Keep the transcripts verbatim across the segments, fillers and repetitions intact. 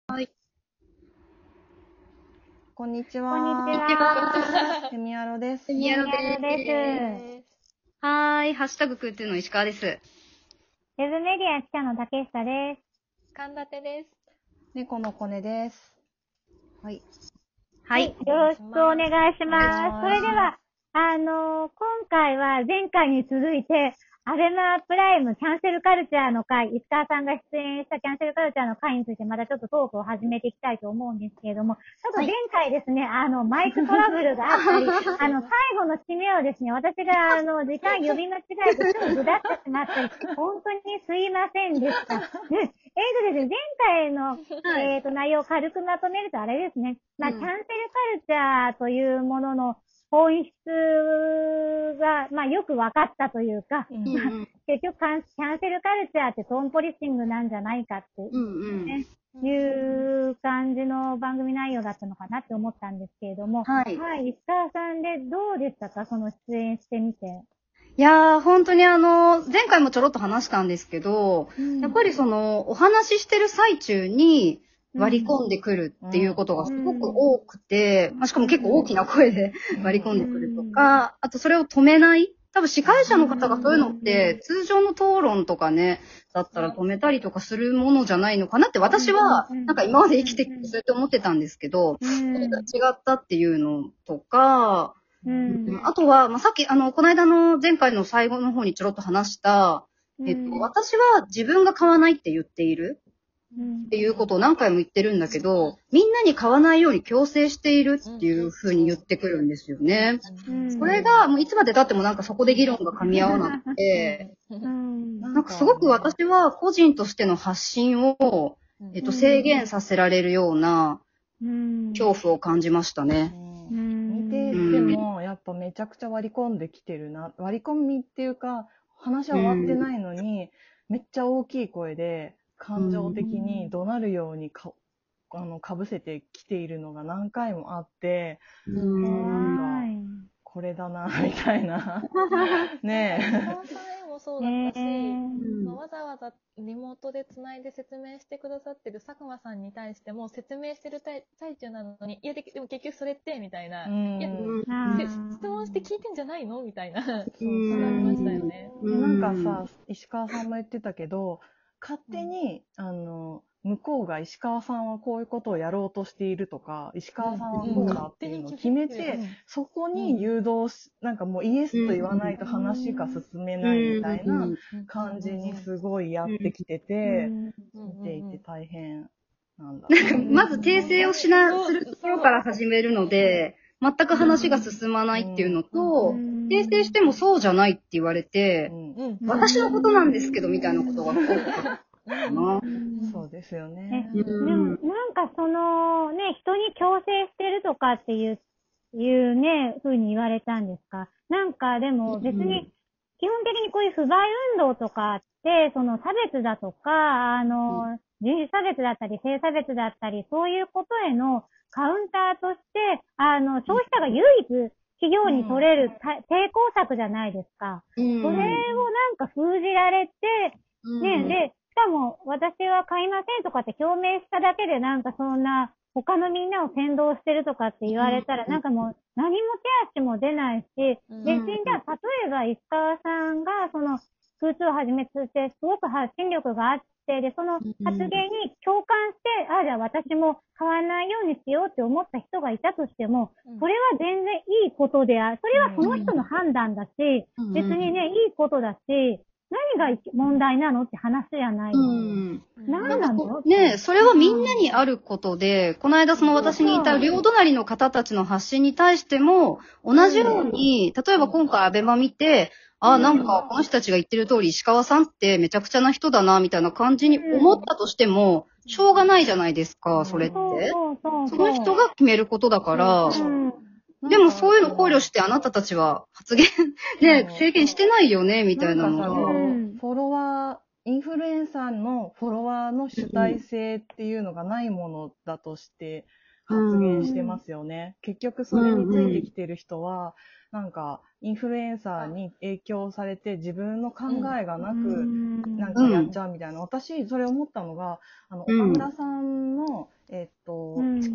はい。 こんにちは。 こんにちは。 セミアロです。 セミアロです。 はーい。ハッシュタグくーっていうの石川です。 ウェブメディア記者の竹下です。 神立です。 猫のコネです。はい。 はい。 よろしくお願いします。それでは、あのー、今回は前回に続いて、アベマプライムキャンセルカルチャーの回、石川さんが出演したキャンセルカルチャーの回についてまたちょっとトークを始めていきたいと思うんですけれども、ちょっと前回ですね、はい、あの、マイクトラブルがあったり、あの、最後の締めをですね、私があの、時間呼び間違えてすぐずらしてしまったり、本当にすいませんでした。ね、えーとですね、前回の、えーと、内容を軽くまとめるとあれですね、まあ、キャンセルカルチャーというものの本質が、まあ、よく分かったというか、うんうん、結局キャンセルカルチャーってトーンポリシングなんじゃないかって、ね、うんうん、いう感じの番組内容だったのかなって思ったんですけれども、はい。はい、石川さんでどうでしたか、その出演してみて。 いやー、本当にあの、前回もちょろっと話したんですけど、うん、やっぱりその、お話ししてる最中に割り込んでくるっていうことがすごく多くて、まあ、しかも結構大きな声で割り込んでくるとか、あとそれを止めない。多分司会者の方がそういうのって、通常の討論とかね、だったら止めたりとかするものじゃないのかなって私は、なんか今まで生きてきてそうやって思ってたんですけど、それが違ったっていうのとか、うん、あとは、まあ、さっき、あの、この間の前回の最後の方にちょろっと話した、えっと、私は自分が買わないって言っているっていうことを何回も言ってるんだけど、みんなに買わないように強制しているっていうふうに言ってくるんですよね。それが、もういつまで経ってもなんかそこで議論が噛み合わなくて、なんかすごく私は個人としての発信を、えっと、制限させられるような恐怖を感じましたね。 見てても、やっぱめちゃくちゃ割り込んできてるな。割り込みっていうか、話は終わってないのに、めっちゃ大きい声で、感情的に怒鳴るようにか、あの、被せてきているのが何回もあって、うん、なんか、これだな、みたいな。ねえ。 川さんへもそうだったし、えーまあ、わざわざリモートでつないで説明してくださってる佐久間さんに対しても説明してる最中なのに、いや、でも結局それって、みたいな。うん、いや、質問して聞いてんじゃないのみたいな。そう、ありましたよね。 なんかさ、石川さんも言ってたけど、勝手に、うん、あの、向こうが石川さんはこういうことをやろうとしているとか、石川さんはこうだっていうのを決めて、うん、そこに誘導し、なんかもうイエスと言わないと話が進めないみたいな感じにすごいやってきてて、見ていて大変なんだ。 まず訂正をしな、するところから始めるので、全く話が進まないっていうのと、訂正してもそうじゃないって言われて、私のことなんですけどみたいなことが多かったかな。 そうですよね。 でもなんかそのね、人に強制してるとかっていう、いうね、風に言われたんですか。なんかでも別に、基本的にこういう不買運動とかって、その差別だとか、あの、人種差別だったり、性差別だったり、そういうことへのカウンターとして、あの、消費者が唯一企業に取れる抵抗策じゃないですか。それをなんか封じられて、ね、で、しかも私は買いませんとかって表明しただけでなんかそんな他のみんなを先導してるとかって言われたらなんかもう何も手足も出ないし、別にじゃあ例えば石川さんがその空通をはじめとしてすごく発信力があって、で、その発言に共感して、ああ、じゃあ私も買わないようにしようって思った人がいたとしても、それは全然いいことである。それはその人の判断だし、別にね、いいことだし、何が問題なのって話じゃない。うん。何なのねえ、それはみんなにあることで、この間その私にいた両隣の方たちの発信に対しても、同じように、例えば今回アベマ見て、あ、なんかこの人たちが言ってる通り石川さんってめちゃくちゃな人だな、みたいな感じに思ったとしても、しょうがないじゃないですか、それって。その人が決めることだから、でもそういうの考慮してあなたたちは発言ね、制限してないよね、みたいなのが。 フォロワー、インフルエンサーのフォロワーの主体性っていうのがないものだとして発言してますよね。うん、結局それについてきてる人は、なんかインフルエンサーに影響されて自分の考えがなく、なんかやっちゃうみたいな。私、それ思ったのが、あの、岡村さんの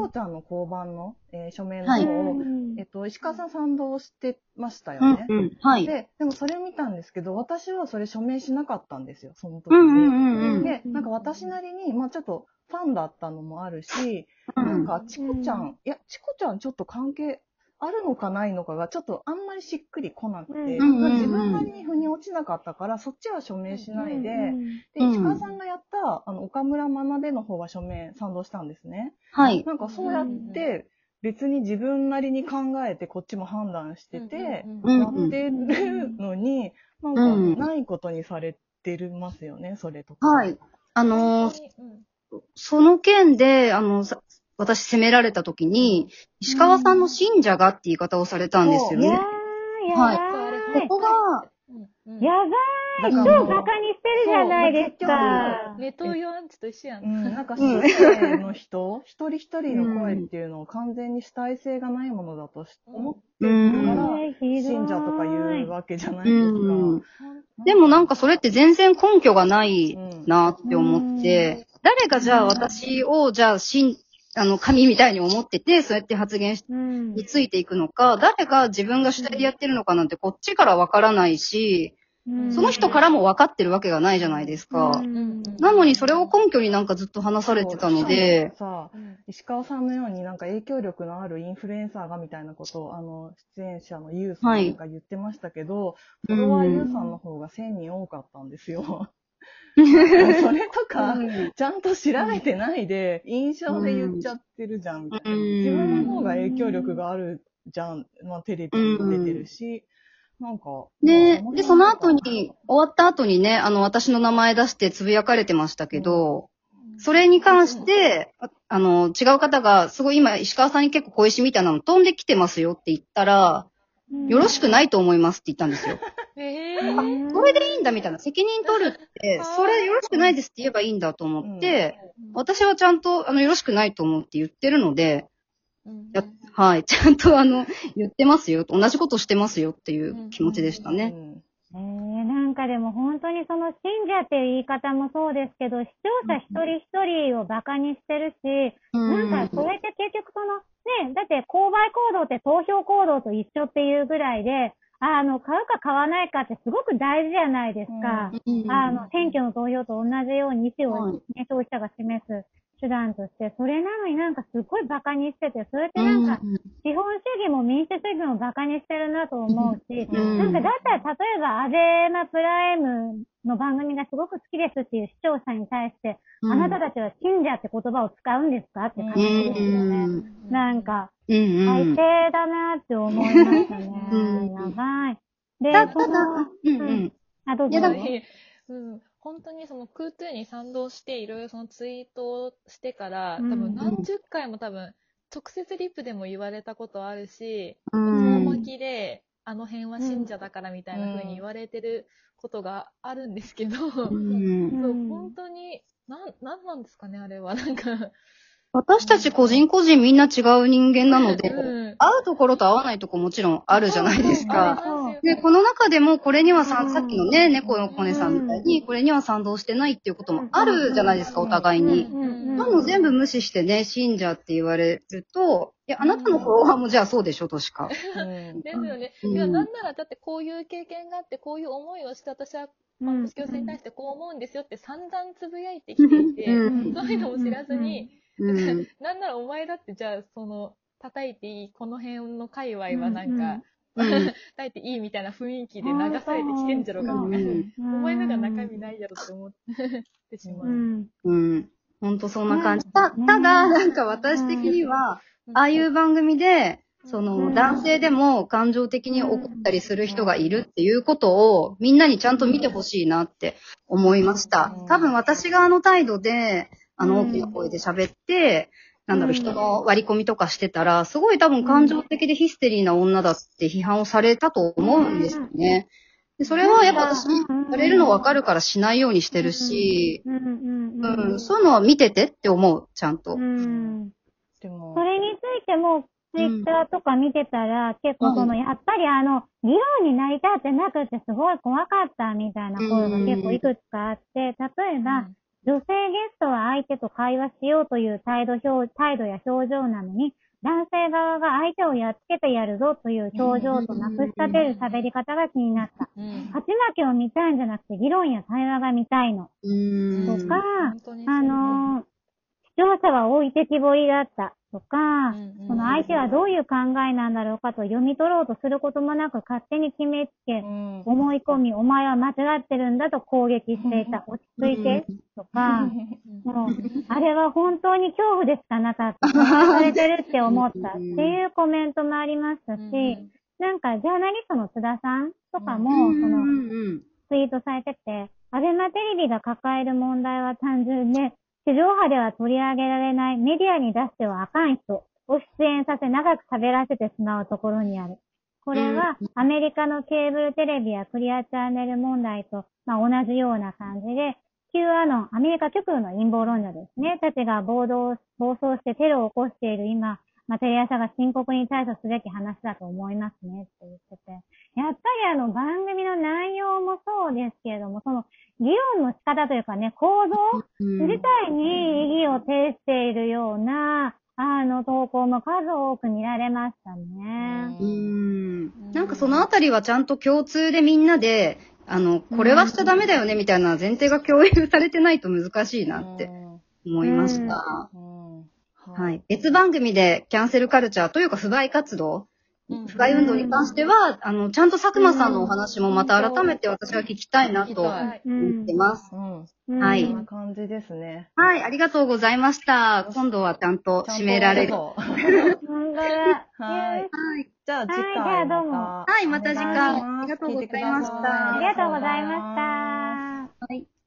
コちゃんの交番の、えー署名の方を、 はいえっと、石川さん賛同してましたよね。 うんうん。はい。 で、でもそれ見たんですけど、私はそれ署名しなかったんですよ、その時に。 うんうんうんうん。 で、なんか私なりに、まあちょっとファンだったのもあるし、 うんなんかチコちゃん、いや、チコちゃんちょっと関係あるのかないのかがちょっとあんまりしっくりこなくて、 うんまあ自分なりに腑に落ちなかったから、そっちは署名しないで、で、 うん石川さんがやった、あの、岡村学べの方は署名賛同したんですね。 はい。 なんかそうやって、別に自分なりに考えてこっちも判断してて、 うんやってるのに、なんかないことにされてますよね、それとか。 はい。あのー、その件で、あの、さ私責められた時に、石川さんの信者がって言い方をされたんですよいやね。 ー、やばはいーい。 ここが、 やばい。超バカにしてるじゃないですか。 ネトウヨアンチと一緒やん。 うん、なんか、市政の人、一人一人の声っていうのを完全に主体性がないものだと思ってるから、信者とか言うわけじゃないですか。 うんでもなんかそれって全然根拠がないなって思って、誰がじゃあ私をじゃあ信、あの、神みたいに思ってて、そうやって発言についていくのか、誰が自分が主体でやってるのかなんてこっちからわからないし、その人からも分かってるわけがないじゃないですか。なのにそれを根拠になんかずっと話されてたので。 さあ、石川さんのようになんか影響力のあるインフルエンサーがみたいなことを、あの、出演者のユウさんが言ってましたけど、はい、フォロワーユウさんの方がせんにん多かったんですよ。それとか、ちゃんと調べてないで、印象で言っちゃってるじゃん、みたいな。自分の方が影響力があるじゃん。まあ、テレビにも出てるし。なんか。 ねで、その後に、終わった後にね、あの、私の名前出してつぶやかれてましたけど、うん、それに関して、あの、違う方が、すごい今、石川さんに結構小石みたいなの飛んできてますよって言ったら、うん、よろしくないと思いますって言ったんですよ。えー、あ、それでいいんだみたいな。責任取るって、それよろしくないですって言えばいいんだと思って、うん、私はちゃんと、あの、よろしくないと思うって言ってるので、やはい。ちゃんとあの、言ってますよ。同じことしてますよっていう気持ちでしたね。 えー、なんかでも本当にその信者っていう言い方もそうですけど、視聴者一人一人をバカにしてるし、うん、なんかそれって結局その、ね、だって購買行動って投票行動と一緒っていうぐらいで、あの、買うか買わないかってすごく大事じゃないですか。うん、あの、選挙の投票と同じように意思を、ね、消費者が示す手段として、それなのになんかすごいバカにしてて、それってなんか、資本主義も民主主義もバカにしてるなと思うし、なんかだったら例えばアベマプライムの番組がすごく好きですっていう視聴者に対して、あなたたちは信者って言葉を使うんですかって感じですよね。なんか、最低だなって思いましたね。やばい。で、 ただ、 その、うんうん。あ、どうぞ。 うん、本当にそのクートゥーに賛同していろいろそのツイートをしてから、多分何十回も多分直接リップでも言われたことあるし、遠巻きであの辺は信者だからみたいな風に言われてることがあるんですけど、うん、そう本当にな、なんなんですかねあれはなんか。 私たち個人個人みんな違う人間なので、うん、会うところと会わないところもちろんあるじゃないですか。で、この中でもこれにはさ、さっきのね、猫のコネさんみたいに、これには賛同してないっていうこともあるじゃないですか、お互いに。なの全部無視してね、信者って言われると、いや、あなたのフォロワーもじゃあそうでしょ、としか。 ですよね。いや、なんならだってこういう経験があって、こういう思いをして私は、パンプス教制に対してこう思うんですよって散々つぶやいてきていて、そういうのも知らずに、うん、なんならお前だってじゃあその叩いていいこの辺の界隈はなんか、うんうん、叩いていいみたいな雰囲気で流されてきてんじゃろうかみたいな、うん、お前のが中身ないやろって思ってしまう。 うんうん、ほんとそんな感じ。たただなんか私的には、ああいう番組でその男性でも感情的に怒ったりする人がいるっていうことをみんなにちゃんと見てほしいなって思いました。多分私があの態度であの、大きな声で喋って、うん、なんだろう、人の割り込みとかしてたら、すごい多分感情的でヒステリーな女だって批判をされたと思うんですよね。でそれはやっぱ私、されるの分かるからしないようにしてるし、うん、そういうのは見ててって思う、ちゃんと。うん、 でもそれについても、ツイッターとか見てたら、結構その、やっぱりあの、議論になりたってなくてすごい怖かったみたいな声が結構いくつかあって、例えば、 女性ゲストは相手と会話しようという態度表、態度や表情なのに、男性側が相手をやっつけてやるぞという表情となくし立てる喋り方が気になった。 うん、 勝ち負けを見たいんじゃなくて議論や対話が見たいの。 うーん。 とか、 ね、 あのー、視聴者は置いてきぼりだった。とか、 うんうん、 その相手はどういう考えなんだろうかと読み取ろうとすることもなく勝手に決めつけ、うん、思い込み、お前は間違ってるんだと攻撃していた。落ち着いて、とか、もう、あれは本当に恐怖でしかなかった。されてるって思ったっていうコメントもありましたし、なんかジャーナリストの津田さんとかも、その、ツイートされてて、アベマテレビが抱える問題は単純で、地上波では取り上げられないメディアに出してはあかん人を出演させ長く喋らせてしまうところにある。これはアメリカのケーブルテレビやクリアチャンネル問題と、まあ、同じような感じで、Q アノン、アメリカ極右の陰謀論者ですね、たちが暴動、暴走してテロを起こしている今、まあ、テレ朝が深刻に対処すべき話だと思いますねって言ってて。やっぱりあの番組の内容もそうですけれども、その議論の仕方というかね、構造自体に意義を呈しているような、あの投稿も数多く見られましたね。 うーん。なんかそのあたりはちゃんと共通でみんなで、あの、これはしちゃダメだよねみたいな前提が共有されてないと難しいなって思いました。はい。別番組でキャンセルカルチャーというか不買活動、不買運動に関しては、あの、ちゃんと佐久間さんのお話もまた改めて私は聞きたいなと思ってます。 うん、 はい。 こんな感じですね。 はい、ありがとうございました。今度はちゃんと締められる。 本当だ。 はい。じゃあ次回また。 はい、じゃあどうも。 はい、また次回。ありがとうございました。 ありがとうございました。 はい。